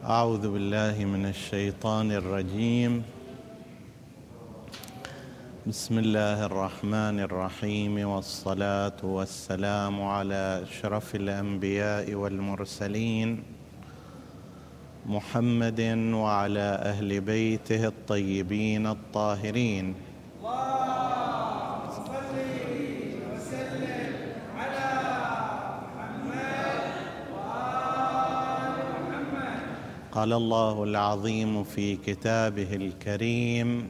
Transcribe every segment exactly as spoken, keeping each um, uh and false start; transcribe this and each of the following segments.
أعوذ بالله من الشيطان الرجيم. بسم الله الرحمن الرحيم، والصلاة والسلام على أشرف الأنبياء والمرسلين محمد وعلى أهل بيته الطيبين الطاهرين. اللهم صل وسلم على محمد وآل محمد. قال الله العظيم في كتابه الكريم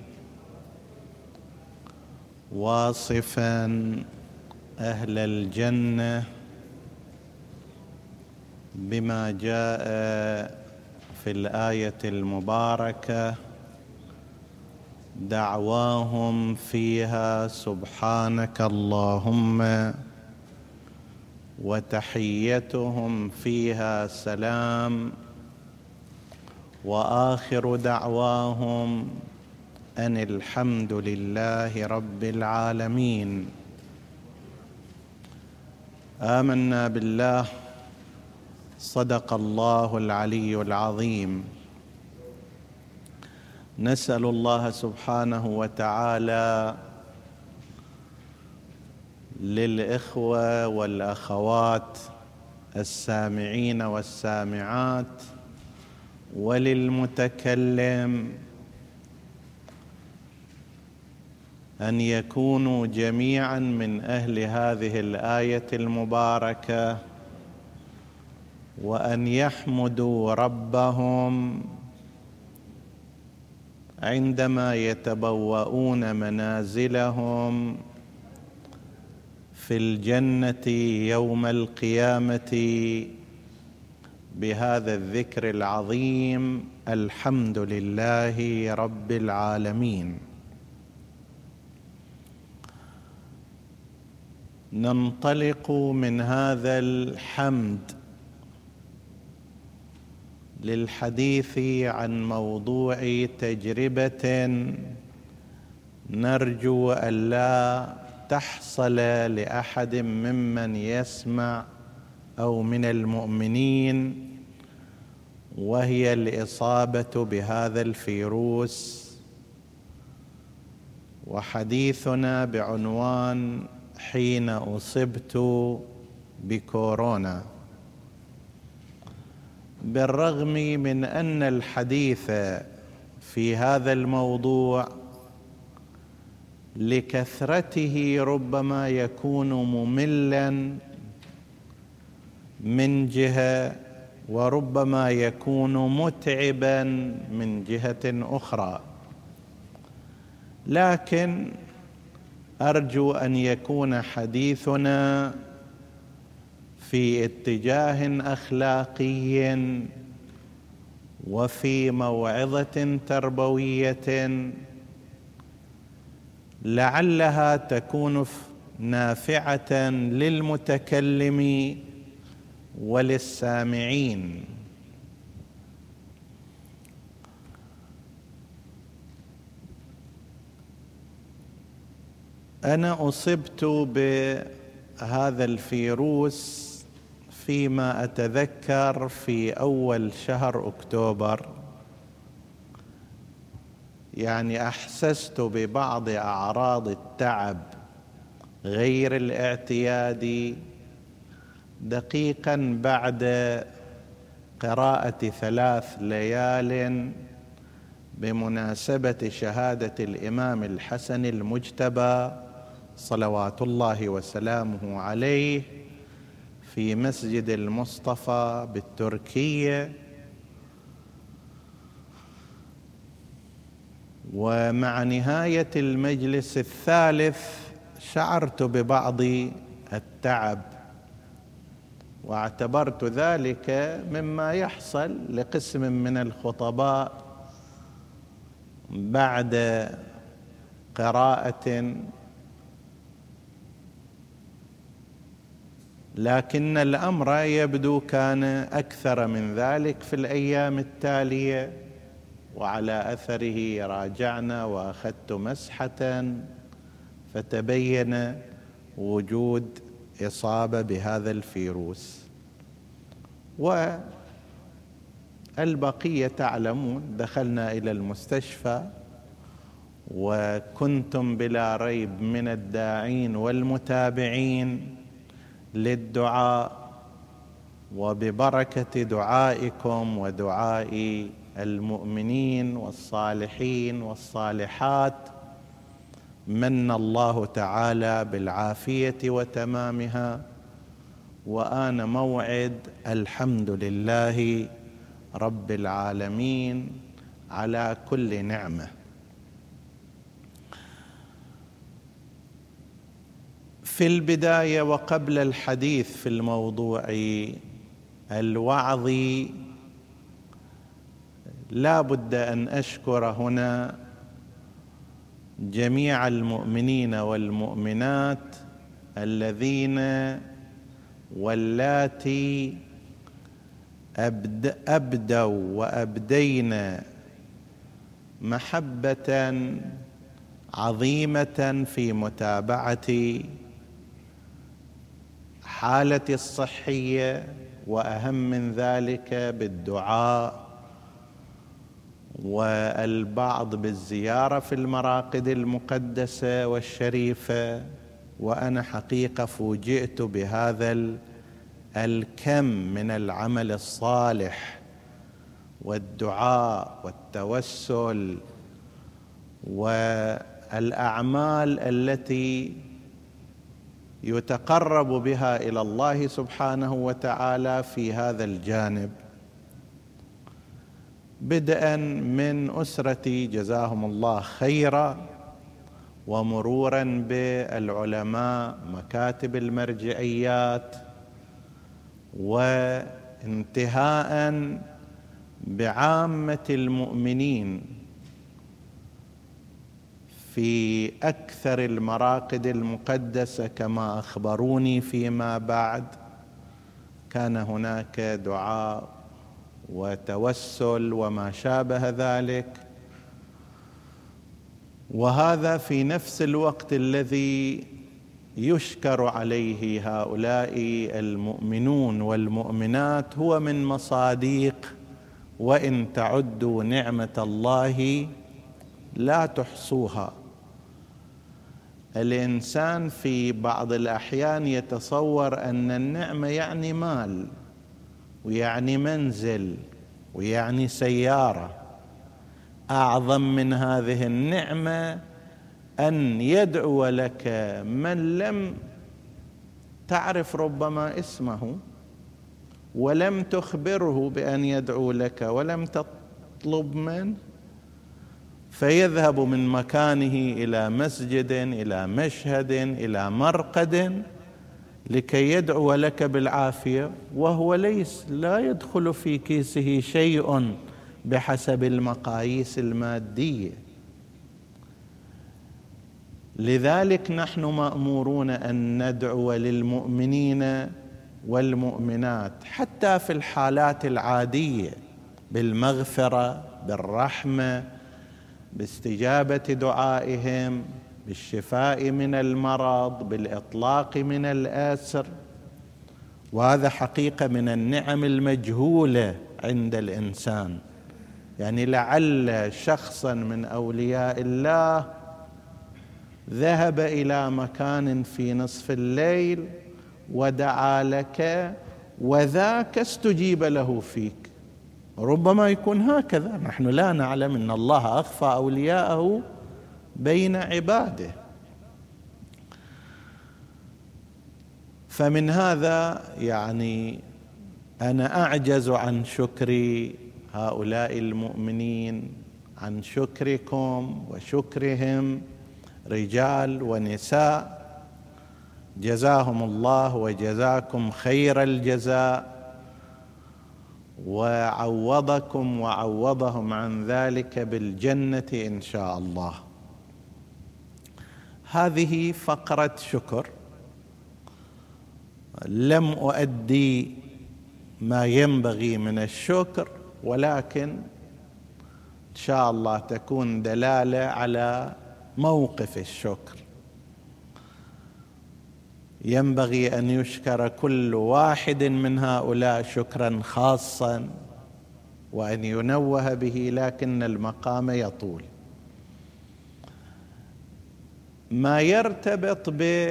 واصفا أهل الجنة بما جاء في الآية المباركة: دعواهم فيها سبحانك اللهم وتحيتهم فيها سلام وآخر دعواهم أن الحمد لله رب العالمين. آمنا بالله، صدق الله العلي العظيم. نسأل الله سبحانه وتعالى للإخوة والأخوات السامعين والسامعات وللمتكلم أن يكونوا جميعا من أهل هذه الآية المباركة، وأن يحمدوا ربهم عندما يتبوؤون منازلهم في الجنة يوم القيامة بهذا الذكر العظيم: الحمد لله رب العالمين. ننطلق من هذا الحمد للحديث عن موضوع تجربة نرجو ألا تحصل لأحد ممن يسمع أو من المؤمنين، وهي الإصابة بهذا الفيروس. وحديثنا بعنوان حين أصبت بكورونا. بالرغم من أن الحديث في هذا الموضوع لكثرته ربما يكون مملا من جهة، وربما يكون متعبا من جهة أخرى، لكن أرجو أن يكون حديثنا في اتجاه أخلاقي وفي موعظة تربوية لعلها تكون نافعة للمتكلم وللسامعين. أنا أصبت بهذا الفيروس فيما أتذكر في أول شهر أكتوبر، يعني أحسست ببعض أعراض التعب غير الاعتيادي دقيقا بعد قراءة ثلاث ليال بمناسبة شهادة الإمام الحسن المجتبى صلوات الله وسلامه عليه في مسجد المصطفى بالتركية. ومع نهاية المجلس الثالث شعرت ببعض التعب، واعتبرت ذلك مما يحصل لقسم من الخطباء بعد قراءة، لكن الأمر يبدو كان أكثر من ذلك في الأيام التالية، وعلى أثره راجعنا وأخذت مسحة فتبين وجود إصابة بهذا الفيروس. البقية تعلمون، دخلنا إلى المستشفى وكنتم بلا ريب من الداعين والمتابعين للدعاء، وببركة دعائكم ودعاء المؤمنين والصالحين والصالحات من الله تعالى بالعافية وتمامها، وآن موعد الحمد لله رب العالمين على كل نعمة. في البداية وقبل الحديث في الموضوع الوعظي لا بد أن أشكر هنا جميع المؤمنين والمؤمنات الذين واللاتي أبدوا وأبدينا محبة عظيمة في متابعة حالتي الصحية، وأهم من ذلك بالدعاء، والبعض بالزيارة في المراقد المقدسة والشريفة. وأنا حقيقة فوجئت بهذا الكم من العمل الصالح والدعاء والتوسل والأعمال التي يتقرب بها إلى الله سبحانه وتعالى في هذا الجانب، بدءا من أسرتي جزاهم الله خيرا، ومرورا بالعلماء مكاتب المرجعيات، وانتهاء بعامة المؤمنين في أكثر المراقد المقدسة. كما أخبروني فيما بعد كان هناك دعاء وتوسل وما شابه ذلك، وهذا في نفس الوقت الذي يشكر عليه هؤلاء المؤمنون والمؤمنات هو من مصاديق وإن تعدوا نعمة الله لا تحصوها. الإنسان في بعض الأحيان يتصور أن النعمة يعني مال ويعني منزل ويعني سيارة. أعظم من هذه النعمة أن يدعو لك من لم تعرف ربما اسمه، ولم تخبره بأن يدعو لك، ولم تطلب منه، فيذهب من مكانه إلى مسجد، إلى مشهد، إلى مرقد لكي يدعو لك بالعافية، وهو ليس لا يدخل في كيسه شيء بحسب المقاييس المادية. لذلك نحن مأمورون أن ندعو للمؤمنين والمؤمنات حتى في الحالات العادية بالمغفرة، بالرحمة، باستجابة دعائهم، بالشفاء من المرض، بالإطلاق من الأسر. وهذا حقيقة من النعم المجهولة عند الإنسان. يعني لعل شخصا من أولياء الله ذهب إلى مكان في نصف الليل ودعا لك وذاك استجيب له فيك. ربما يكون هكذا، نحن لا نعلم، أن الله أخفى أولياءه بين عباده. فمن هذا يعني أنا أعجز عن شكر هؤلاء المؤمنين، عن شكركم وشكرهم، رجال ونساء، جزاهم الله وجزاكم خير الجزاء، وعوضكم وعوضهم عن ذلك بالجنة إن شاء الله. هذه فقرة شكر، لم أؤدي ما ينبغي من الشكر، ولكن إن شاء الله تكون دلالة على موقف الشكر. ينبغي أن يشكر كل واحد من هؤلاء شكرا خاصا، وأن ينوه به، لكن المقام يطول. ما يرتبط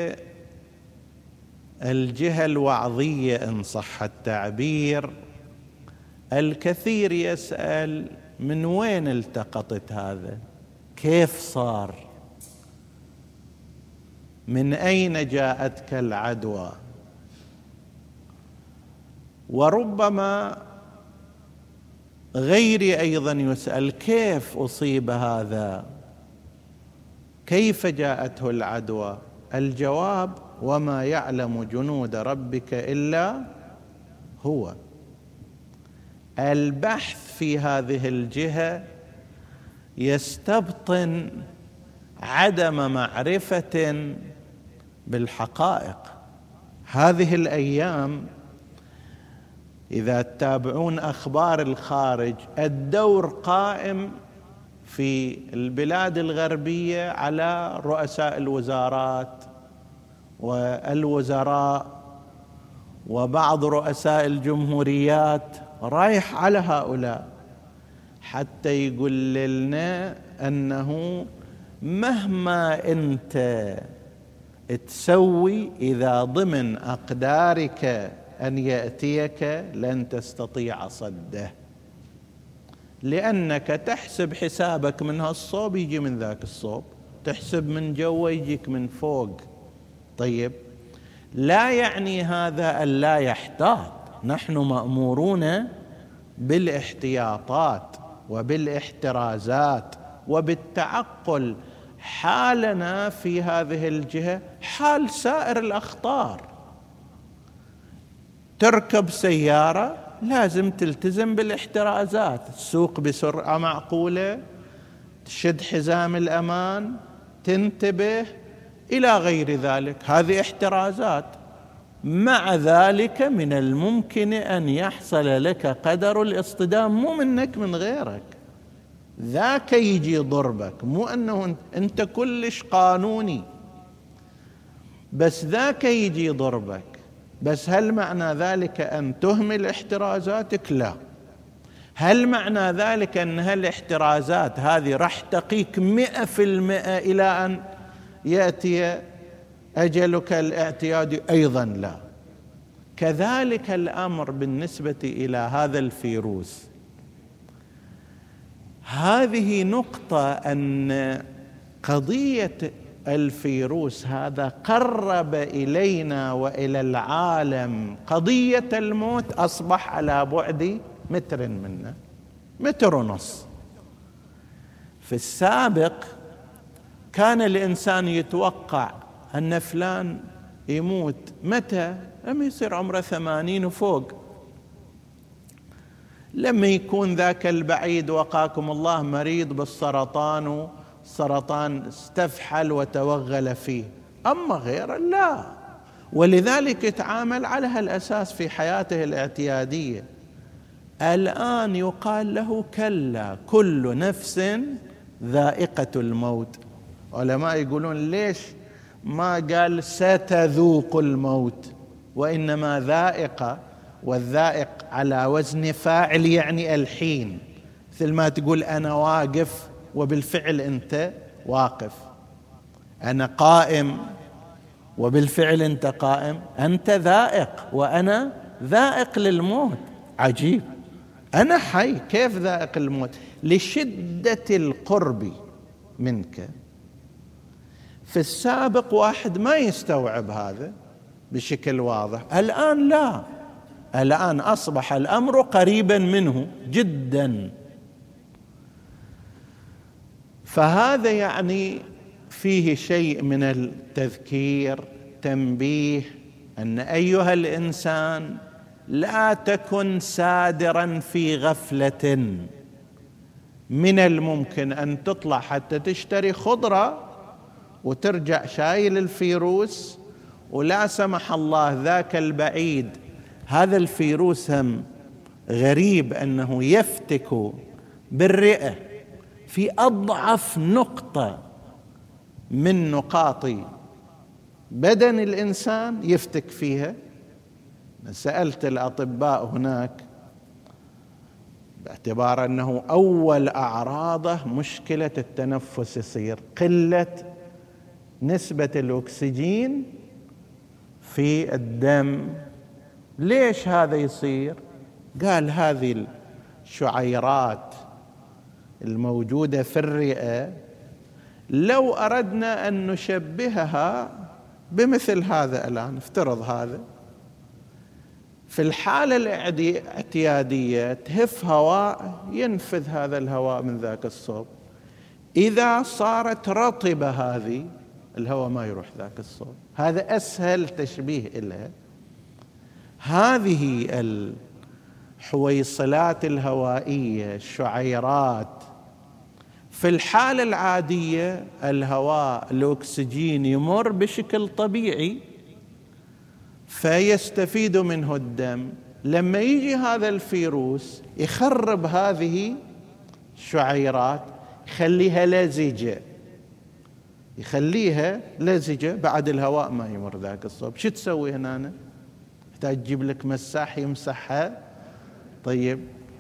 بالجهة الوعظية إن صح التعبير، الكثير يسأل من وين التقطت هذا؟ كيف صار؟ من أين جاءتك العدوى؟ وربما غيري أيضا يسأل كيف أصيب هذا؟ كيف جاءته العدوى؟ الجواب: وما يعلم جنود ربك إلا هو. البحث في هذه الجهة يستبطن عدم معرفة بالحقائق. هذه الأيام إذا تتابعون أخبار الخارج، الدور قائم في البلاد الغربية على رؤساء الوزارات والوزراء وبعض رؤساء الجمهوريات، رايح على هؤلاء حتى يقول لنا أنه مهما أنت تسوي، إذا ضمن أقدارك أن يأتيك لن تستطيع صده، لأنك تحسب حسابك من هالصوب يجي من ذاك الصوب، تحسب من جوا يجيك من فوق. طيب، لا يعني هذا أن لا يحتاط، نحن مأمورون بالاحتياطات وبالاحترازات وبالتعقل. حالنا في هذه الجهة حال سائر الأخطار. تركب سيارة لازم تلتزم بالاحترازات، تسوق بسرعة معقولة، تشد حزام الأمان، تنتبه إلى غير ذلك، هذه احترازات. مع ذلك من الممكن أن يحصل لك قدر الاصطدام، مو منك من غيرك، ذاك يجي ضربك، مو أنه أنت كلش قانوني، بس ذاك يجي ضربك. بس هل معنى ذلك أن تهمل احترازاتك؟ لا. هل معنى ذلك أن هالاحترازات هذه راح تقيك مئة في المئة إلى أن يأتي أجلك الاعتيادي؟ أيضا لا. كذلك الأمر بالنسبة إلى هذا الفيروس. هذه نقطة، أن قضية الفيروس هذا قرب إلينا وإلى العالم قضية الموت، أصبح على بعد متر منا، متر ونص. في السابق كان الإنسان يتوقع أن فلان يموت متى؟ لما يصير عمره ثمانين وفوق، لما يكون ذاك البعيد وقاكم الله مريض بالسرطان، والسرطان استفحل وتوغل فيه. أما غيره لا، ولذلك يتعامل على هالأساس في حياته الاعتيادية. الآن يقال له كلا، كل نفس ذائقة الموت. علماء يقولون ليش ما قال ستذوق الموت، وإنما ذائقة، والذائق على وزن فاعل، يعني الحين، مثل ما تقول أنا واقف وبالفعل أنت واقف، أنا قائم وبالفعل أنت قائم، أنت ذائق وأنا ذائق للموت. عجيب، أنا حي كيف ذائق الموت؟ لشدة القرب منك. في السابق واحد ما يستوعب هذا بشكل واضح، الآن لا، الآن أصبح الأمر قريبا منه جدا. فهذا يعني فيه شيء من التذكير، تنبيه أن أيها الإنسان لا تكن سادرا في غفلة. من الممكن أن تطلع حتى تشتري خضرة وترجع شايل الفيروس، ولا سمح الله ذاك البعيد، هذا الفيروس هم غريب أنه يفتك بالرئة في أضعف نقطة من نقاط بدن الإنسان، يفتك فيها. سألت الأطباء هناك، باعتبار أنه أول أعراضه مشكلة التنفس، يصير قلة نسبة الأكسجين في الدم. ليش هذا يصير؟ قال هذه الشعيرات الموجودة في الرئة لو أردنا أن نشبهها بمثل هذا الآن، افترض هذا في الحالة الاعتيادية تهف هواء، ينفذ هذا الهواء من ذاك الصوب. إذا صارت رطبة هذه الهواء ما يروح ذاك الصوب. هذا أسهل تشبيه إليه. هذه الحويصلات الهوائية الشعيرات في الحالة العادية الهواء الأكسجين يمر بشكل طبيعي فيستفيد منه الدم. لما يجي هذا الفيروس يخرب هذه الشعيرات، يخليها لزجة، يخليها لزجة، بعد الهواء ما يمر ذاك الصوب. شو تسوي هنا؟ تحتاج تجيب لك مساح يمسحها. طيب،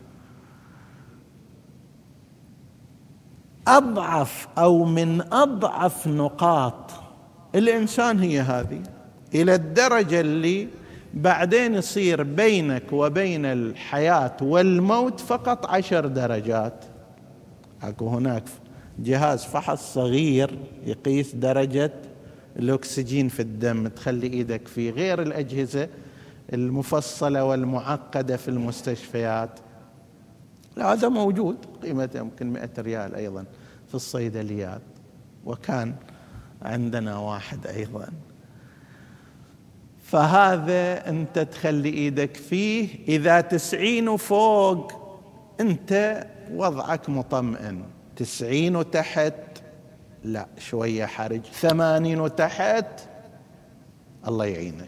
أضعف أو من أضعف نقاط الإنسان هي هذه، إلى الدرجة اللي بعدين يصير بينك وبين الحياة والموت فقط عشر درجات. أكو هناك جهاز فحص صغير يقيس درجة الأكسجين في الدم، تخلي إيدك فيه، غير الأجهزة المفصلة والمعقدة في المستشفيات. لا، هذا موجود، قيمته يمكن مئة ريال أيضا في الصيدليات، وكان عندنا واحد أيضا. فهذا أنت تخلي إيدك فيه، إذا تسعين وفوق أنت وضعك مطمئن، تسعين وتحت لا شوية حرج، ثمانين وتحت الله يعينك.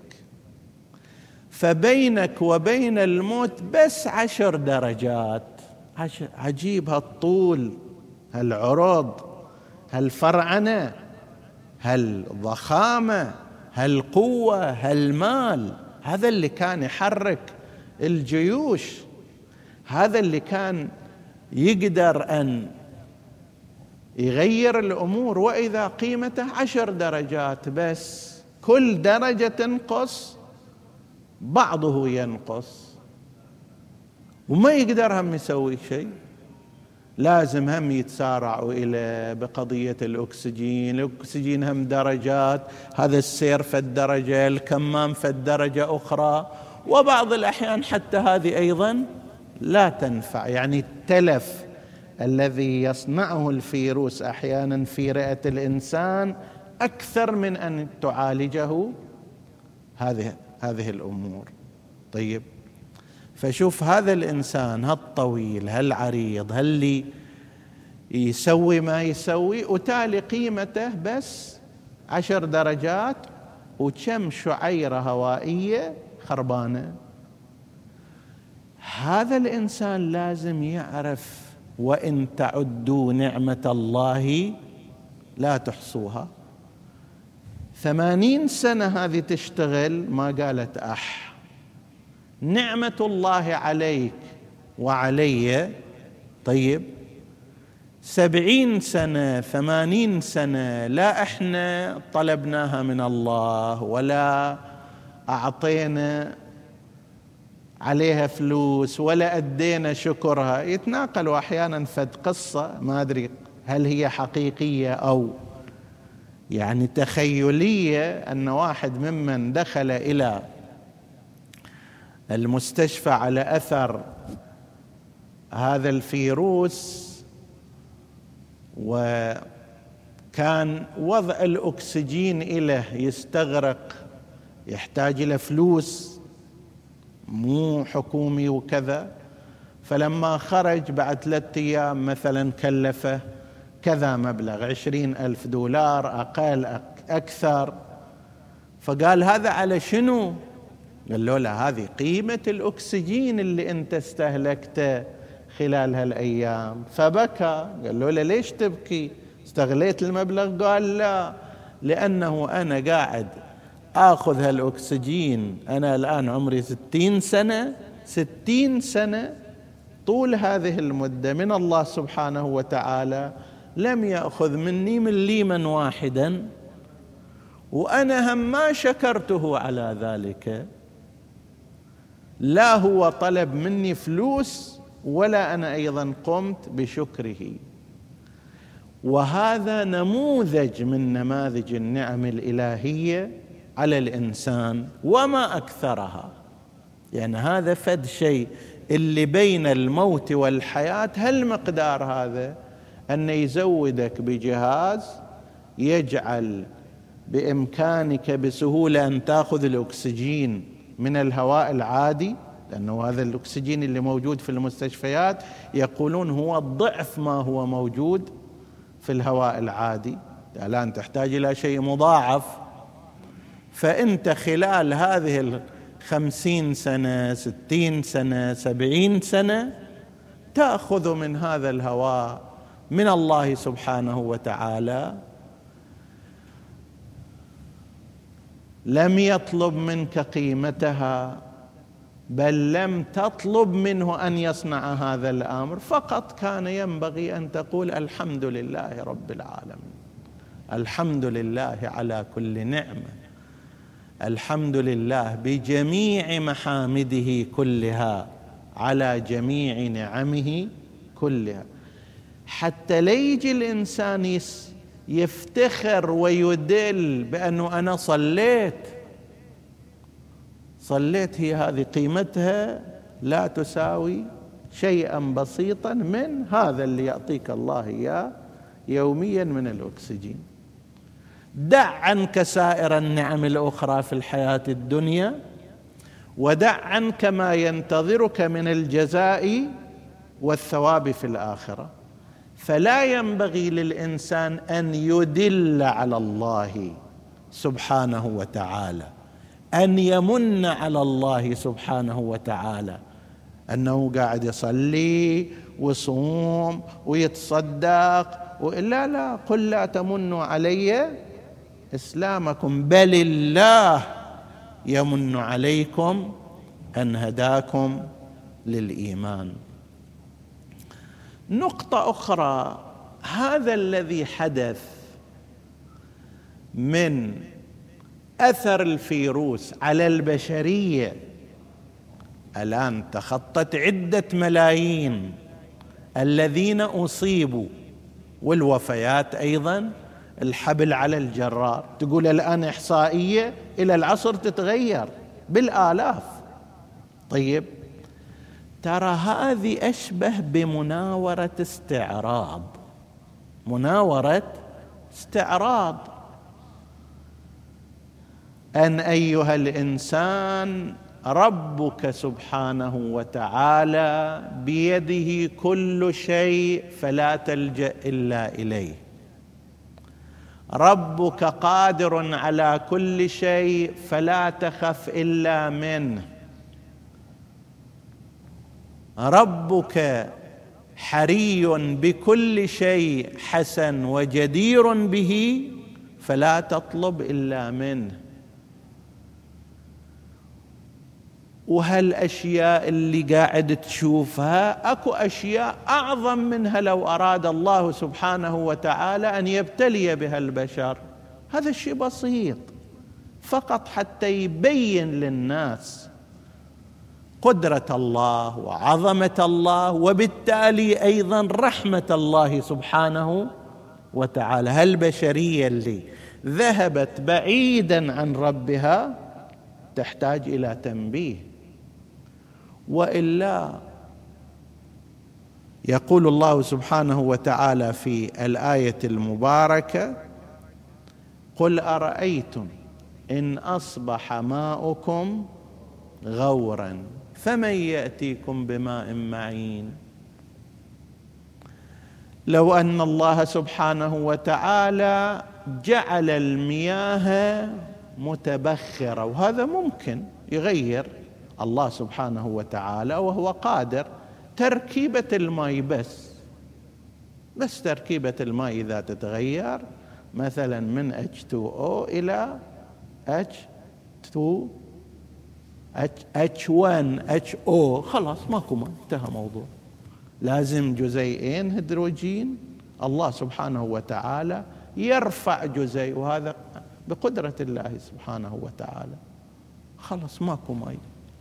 فبينك وبين الموت بس عشر درجات. عجيب هالطول، هالعرض، هالفرعنة، هالضخامة، هالقوة، هالمال. هذا اللي كان يحرك الجيوش، هذا اللي كان يقدر أن يغير الأمور. وإذا قيمته عشر درجات بس، كل درجة تنقص بعضه ينقص، وما يقدر هم يسوي شيء. لازم هم يتسارعوا إلى بقضية الأكسجين. الأكسجين هم درجات، هذا السير في الدرجة، الكمام في الدرجة أخرى، وبعض الأحيان حتى هذه أيضا لا تنفع. يعني التلف الذي يصنعه الفيروس أحيانا في رئة الإنسان أكثر من أن تعالجه هذه هذه الأمور. طيب، فشوف هذا الإنسان هالطويل هالعريض هاللي يسوي ما يسوي، وتالي قيمته بس عشر درجات وكم شعيرة هوائية خربانة. هذا الإنسان لازم يعرف وإن تعدوا نعمة الله لا تحصوها. ثمانين سنة هذه تشتغل، ما قالت أح. نعمة الله عليك وعلي. طيب، سبعين سنة ثمانين سنة لا إحنا طلبناها من الله ولا أعطينا عليها فلوس ولا أدينا شكرها. يتناقلوا أحيانا فد قصة، ما أدري هل هي حقيقية أو يعني تخيلية، أن واحد ممن دخل إلى المستشفى على أثر هذا الفيروس وكان وضع الأكسجين إليه يستغرق، يحتاج إلى فلوس مو حكومي وكذا. فلما خرج بعد ثلاثة أيام مثلا كلفه كذا مبلغ، عشرين ألف دولار، أقل أكثر. فقال هذا على شنو؟ قال له لا، هذه قيمة الأكسجين اللي أنت استهلكته خلال هالأيام. فبكى. قال له ليش تبكي؟ استغليت المبلغ؟ قال لا، لأنه أنا قاعد آخذ هالأكسجين، أنا الآن عمري ستين سنة، ستين سنة طول هذه المدة من الله سبحانه وتعالى لم يأخذ مني مليما واحدا، وأنا هم ما شكرته على ذلك. لا هو طلب مني فلوس ولا أنا أيضا قمت بشكره. وهذا نموذج من نماذج النعم الإلهية على الإنسان وما أكثرها. يعني هذا فد شيء اللي بين الموت والحياة، هل مقدار هذا أن يزودك بجهاز يجعل بإمكانك بسهولة أن تأخذ الأكسجين من الهواء العادي، لأنه هذا الأكسجين اللي موجود في المستشفيات يقولون هو ضعف ما هو موجود في الهواء العادي، الآن تحتاج إلى شيء مضاعف. فأنت خلال هذه الخمسين سنة ستين سنة سبعين سنة تأخذ من هذا الهواء من الله سبحانه وتعالى. لم يطلب منك قيمتها، بل لم تطلب منه أن يصنع هذا الأمر، فقط كان ينبغي أن تقول الحمد لله رب العالمين، الحمد لله على كل نعمة، الحمد لله بجميع محامده كلها على جميع نعمه كلها. حتى لا يجي الإنسان يفتخر ويدل بأنه أنا صليت صليت هي هذه قيمتها لا تساوي شيئا بسيطا من هذا اللي يعطيك الله إياه يوميا من الأكسجين. دع عنك سائر النعم الأخرى في الحياة الدنيا، ودع عنك ما ينتظرك من الجزاء والثواب في الآخرة. فلا ينبغي للإنسان أن يدل على الله سبحانه وتعالى، أن يمن على الله سبحانه وتعالى أنه قاعد يصلي ويصوم ويتصدق، وإلا لا، قل لا تمنوا علي إسلامكم بل الله يمن عليكم أن هداكم للإيمان. نقطة أخرى، هذا الذي حدث من أثر الفيروس على البشرية الآن تخطت عدة ملايين الذين أصيبوا، والوفيات أيضا الحبل على الجرار. تقول الآن إحصائية إلى العصر تتغير بالآلاف. طيب ترى هذه أشبه بمناورة استعراض، مناورة استعراض، أن أيها الإنسان ربك سبحانه وتعالى بيده كل شيء فلا تلجأ إلا إليه، ربك قادر على كل شيء فلا تخف إلا منه، ربك حري بكل شيء حسن وجدير به فلا تطلب إلا منه. وهالأشياء اللي قاعد تشوفها أكو أشياء أعظم منها لو أراد الله سبحانه وتعالى أن يبتلي بها البشر. هذا الشيء بسيط فقط حتى يبين للناس قدرة الله وعظمة الله، وبالتالي أيضا رحمة الله سبحانه وتعالى. هالبشرية اللي ذهبت بعيدا عن ربها تحتاج إلى تنبيه، وإلا يقول الله سبحانه وتعالى في الآية المباركة: قل أرأيتم إن أصبح ماؤكم غورا فمن يأتيكم بماء معين. لو أن الله سبحانه وتعالى جعل المياه متبخرة، وهذا ممكن يغير الله سبحانه وتعالى وهو قادر، تركيبة الماء بس بس تركيبة الماء إذا تتغير مثلا من إتش تو أو إلى إتش تو إتش ون إتش أو، خلاص ماكو ماء، انتهى موضوع. لازم جزيئين هيدروجين، الله سبحانه وتعالى يرفع جزيء، وهذا بقدرة الله سبحانه وتعالى، خلص ماكو ماء.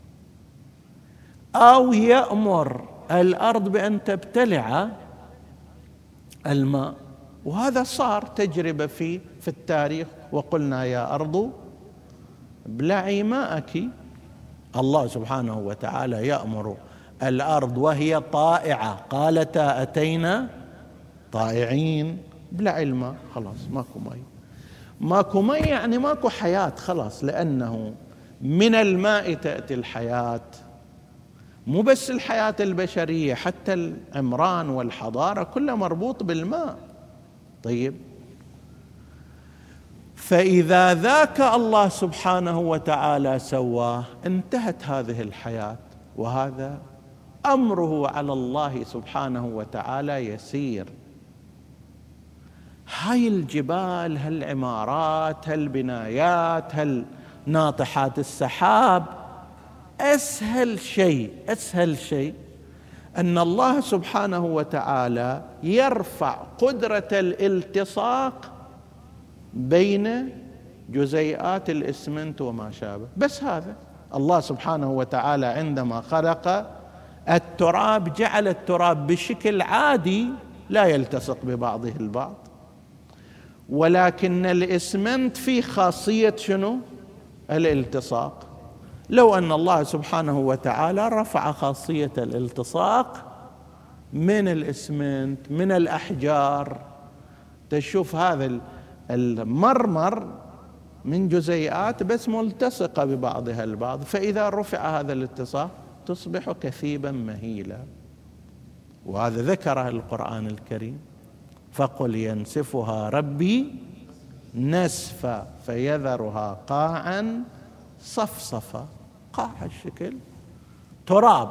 أو يأمر الأرض بأن تبتلع الماء، وهذا صار تجربة في في التاريخ، وقلنا يا أرض ابلعي ماءك. الله سبحانه وتعالى يأمر الأرض وهي طائعة، قالتا أتينا طائعين، ابلعي الماء، خلاص ماكو ماء. ماكو ماء يعني ماكو حياة خلاص، لأنه من الماء تأتي الحياة، مو بس الحياة البشرية، حتى العمران والحضارة كله مربوط بالماء. طيب، فإذا ذاك الله سبحانه وتعالى سواه انتهت هذه الحياة، وهذا أمره على الله سبحانه وتعالى يسير. هاي الجبال، هالعمارات، هالبنايات، هالناطحات السحاب، أسهل شيء أسهل شيء أن الله سبحانه وتعالى يرفع قدرة الالتصاق بين جزيئات الإسمنت وما شابه. بس هذا الله سبحانه وتعالى عندما خلق التراب جعل التراب بشكل عادي لا يلتصق ببعضه البعض، ولكن الإسمنت فيه خاصية شنو؟ الالتصاق. لو أن الله سبحانه وتعالى رفع خاصية الالتصاق من الإسمنت، من الأحجار، تشوف هذا المرمر من جزيئات بس ملتصقة ببعضها البعض، فإذا رفع هذا الالتصاق تصبح كثيبا مهيلا. وهذا ذكره القرآن الكريم، فقل ينسفها ربي نسفا فيذرها قاعا صفصفا. قاع الشكل تراب.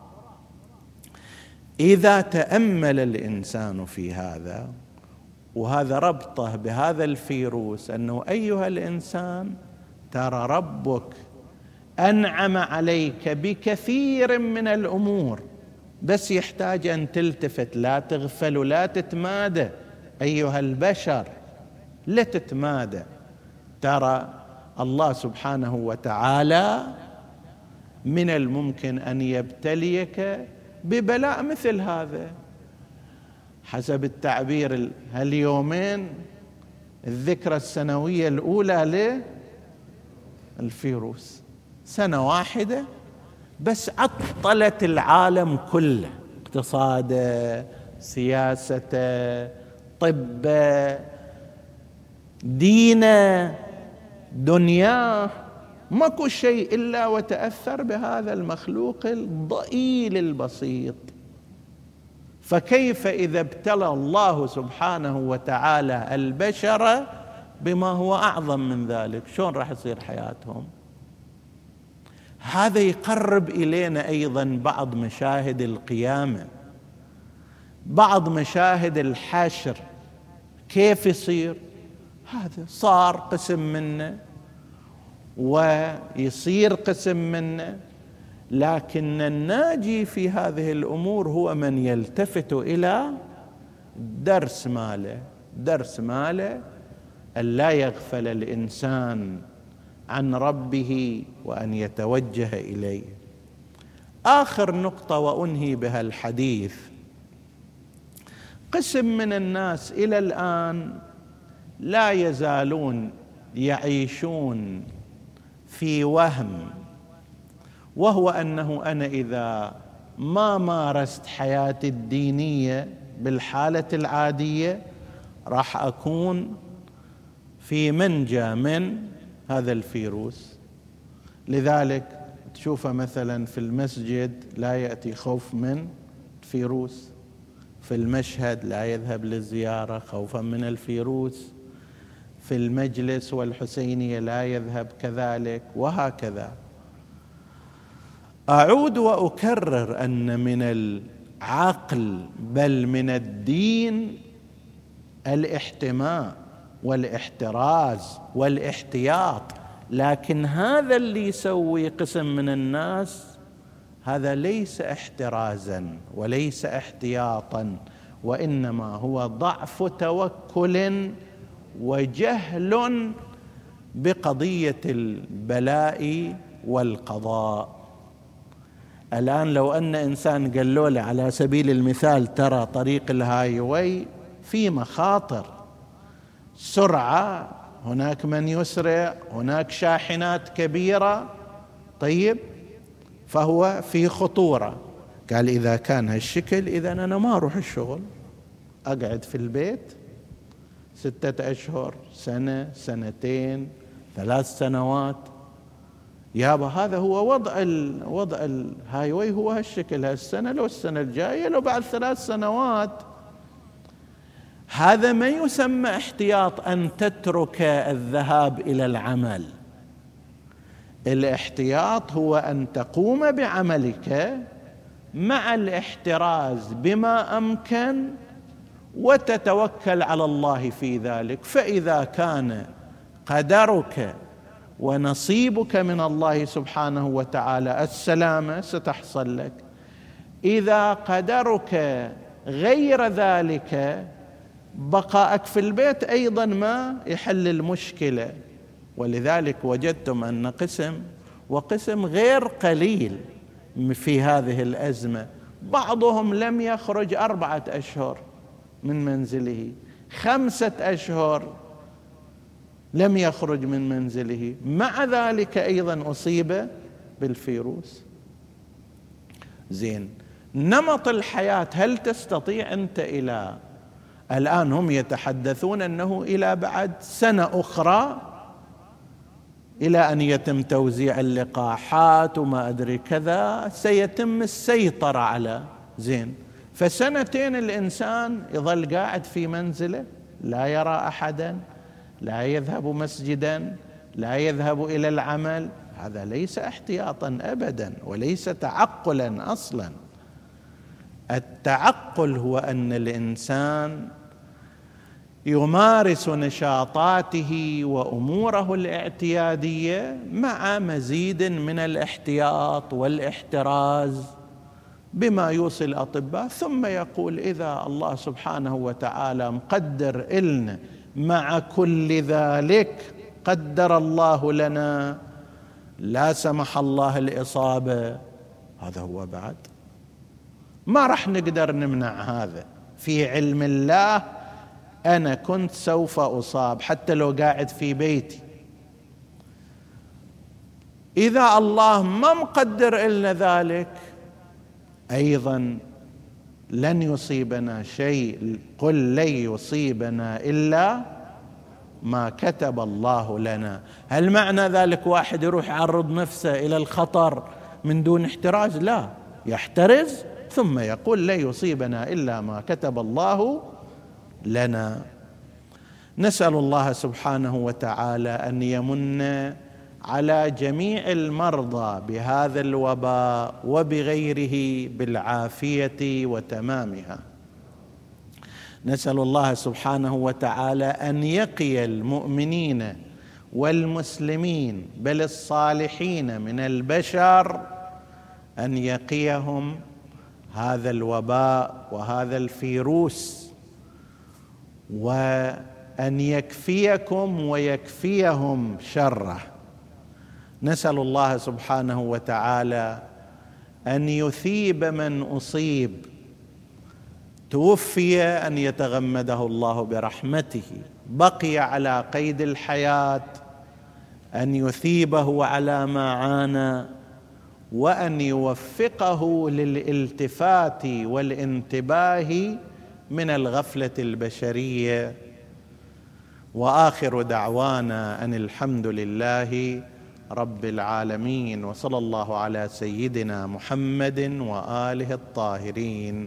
إذا تأمل الإنسان في هذا، وهذا ربطه بهذا الفيروس، أنه أيها الإنسان ترى ربك أنعم عليك بكثير من الأمور، بس يحتاج أن تلتفت، لا تغفل ولا تتمادى. أيها البشر لا تتمادى، ترى الله سبحانه وتعالى من الممكن أن يبتليك ببلاء مثل هذا. حسب التعبير هاليومين الذكرى السنوية الأولى للفيروس، سنة واحدة بس عطلت العالم كله، اقتصاده، سياسته، طبه، دينه، دنياه، ماكو شيء إلا وتأثر بهذا المخلوق الضئيل البسيط. فكيف إذا ابتلى الله سبحانه وتعالى البشر بما هو أعظم من ذلك، شلون راح يصير حياتهم؟ هذا يقرب إلينا أيضا بعض مشاهد القيامة، بعض مشاهد الحشر، كيف يصير؟ هذا صار قسم منه ويصير قسم منه، لكن الناجي في هذه الأمور هو من يلتفت إلى درس ماله، درس ماله أن لا يغفل الإنسان عن ربه وأن يتوجه إليه. آخر نقطة وأنهي بها الحديث، قسم من الناس إلى الآن لا يزالون يعيشون في وهم، وهو أنه أنا إذا ما مارست حياتي الدينية بالحالة العادية راح أكون في منجى من هذا الفيروس. لذلك تشوفه مثلا في المسجد لا يأتي خوف من الفيروس، في المشهد لا يذهب للزيارة خوفا من الفيروس، في المجلس والحسينية لا يذهب كذلك، وهكذا. أعود وأكرر أن من العقل بل من الدين الاحتماء والاحتراز والاحتياط، لكن هذا اللي يسوي قسم من الناس هذا ليس احترازا وليس احتياطا، وإنما هو ضعف توكل وجهل بقضية البلاء والقضاء. الآن لو أن إنسان قال له على سبيل المثال ترى طريق الهايوي في مخاطر، سرعة، هناك من يسرع، هناك شاحنات كبيرة، طيب فهو في خطورة. قال إذا كان هالشكل إذا أنا ما أروح الشغل، أقعد في البيت ستة أشهر، سنة، سنتين، ثلاث سنوات. يابا هذا هو وضع ال... وضع الهايوي هو هالشكل، هالسنة لو السنة الجاية لو بعد ثلاث سنوات. هذا ما يسمى احتياط أن تترك الذهاب إلى العمل. الاحتياط هو أن تقوم بعملك مع الاحتراز بما أمكن وتتوكل على الله في ذلك. فإذا كان قدرك ونصيبك من الله سبحانه وتعالى السلامة ستحصل لك، إذا قدرك غير ذلك بقاءك في البيت أيضا ما يحل المشكلة. ولذلك وجدتم أن قسم وقسم غير قليل في هذه الأزمة، بعضهم لم يخرج أربعة أشهر من منزله، خمسة أشهر لم يخرج من منزله، مع ذلك أيضا أصيب بالفيروس. زين، نمط الحياة، هل تستطيع أنت إلى الآن هم يتحدثون أنه إلى بعد سنة أخرى إلى أن يتم توزيع اللقاحات وما أدري كذا سيتم السيطرة على، زين، فسنتين الإنسان يظل قاعد في منزله، لا يرى أحدا، لا يذهب مسجدا، لا يذهب إلى العمل. هذا ليس احتياطا أبدا وليس تعقلا أصلا. التعقل هو أن الإنسان يمارس نشاطاته وأموره الاعتيادية مع مزيد من الاحتياط والاحتراز بما يوصي الأطباء، ثم يقول إذا الله سبحانه وتعالى مقدر إلنا مع كل ذلك، قدر الله لنا لا سمح الله الإصابة، هذا هو بعد ما رح نقدر نمنع هذا. في علم الله أنا كنت سوف أصاب حتى لو قاعد في بيتي. إذا الله ما مقدر إلا ذلك أيضا لن يصيبنا شيء، قل لن يصيبنا إلا ما كتب الله لنا. هل معنى ذلك واحد يروح يعرض نفسه إلى الخطر من دون احتراز؟ لا، يحترز ثم يقول لن يصيبنا إلا ما كتب الله لنا. نسأل الله سبحانه وتعالى أن يمن على جميع المرضى بهذا الوباء وبغيره بالعافية وتمامها. نسأل الله سبحانه وتعالى أن يقي المؤمنين والمسلمين بل الصالحين من البشر، أن يقيهم هذا الوباء وهذا الفيروس، وأن يكفيكم ويكفيهم شره. نسأل الله سبحانه وتعالى أن يثيب من أصيب توفي، أن يتغمده الله برحمته، بقي على قيد الحياة أن يثيبه على ما عانى، وأن يوفقه للالتفات والانتباه من الغفلة البشرية. وآخر دعوانا أن الحمد لله رب العالمين، وصلى الله على سيدنا محمد وآله الطاهرين.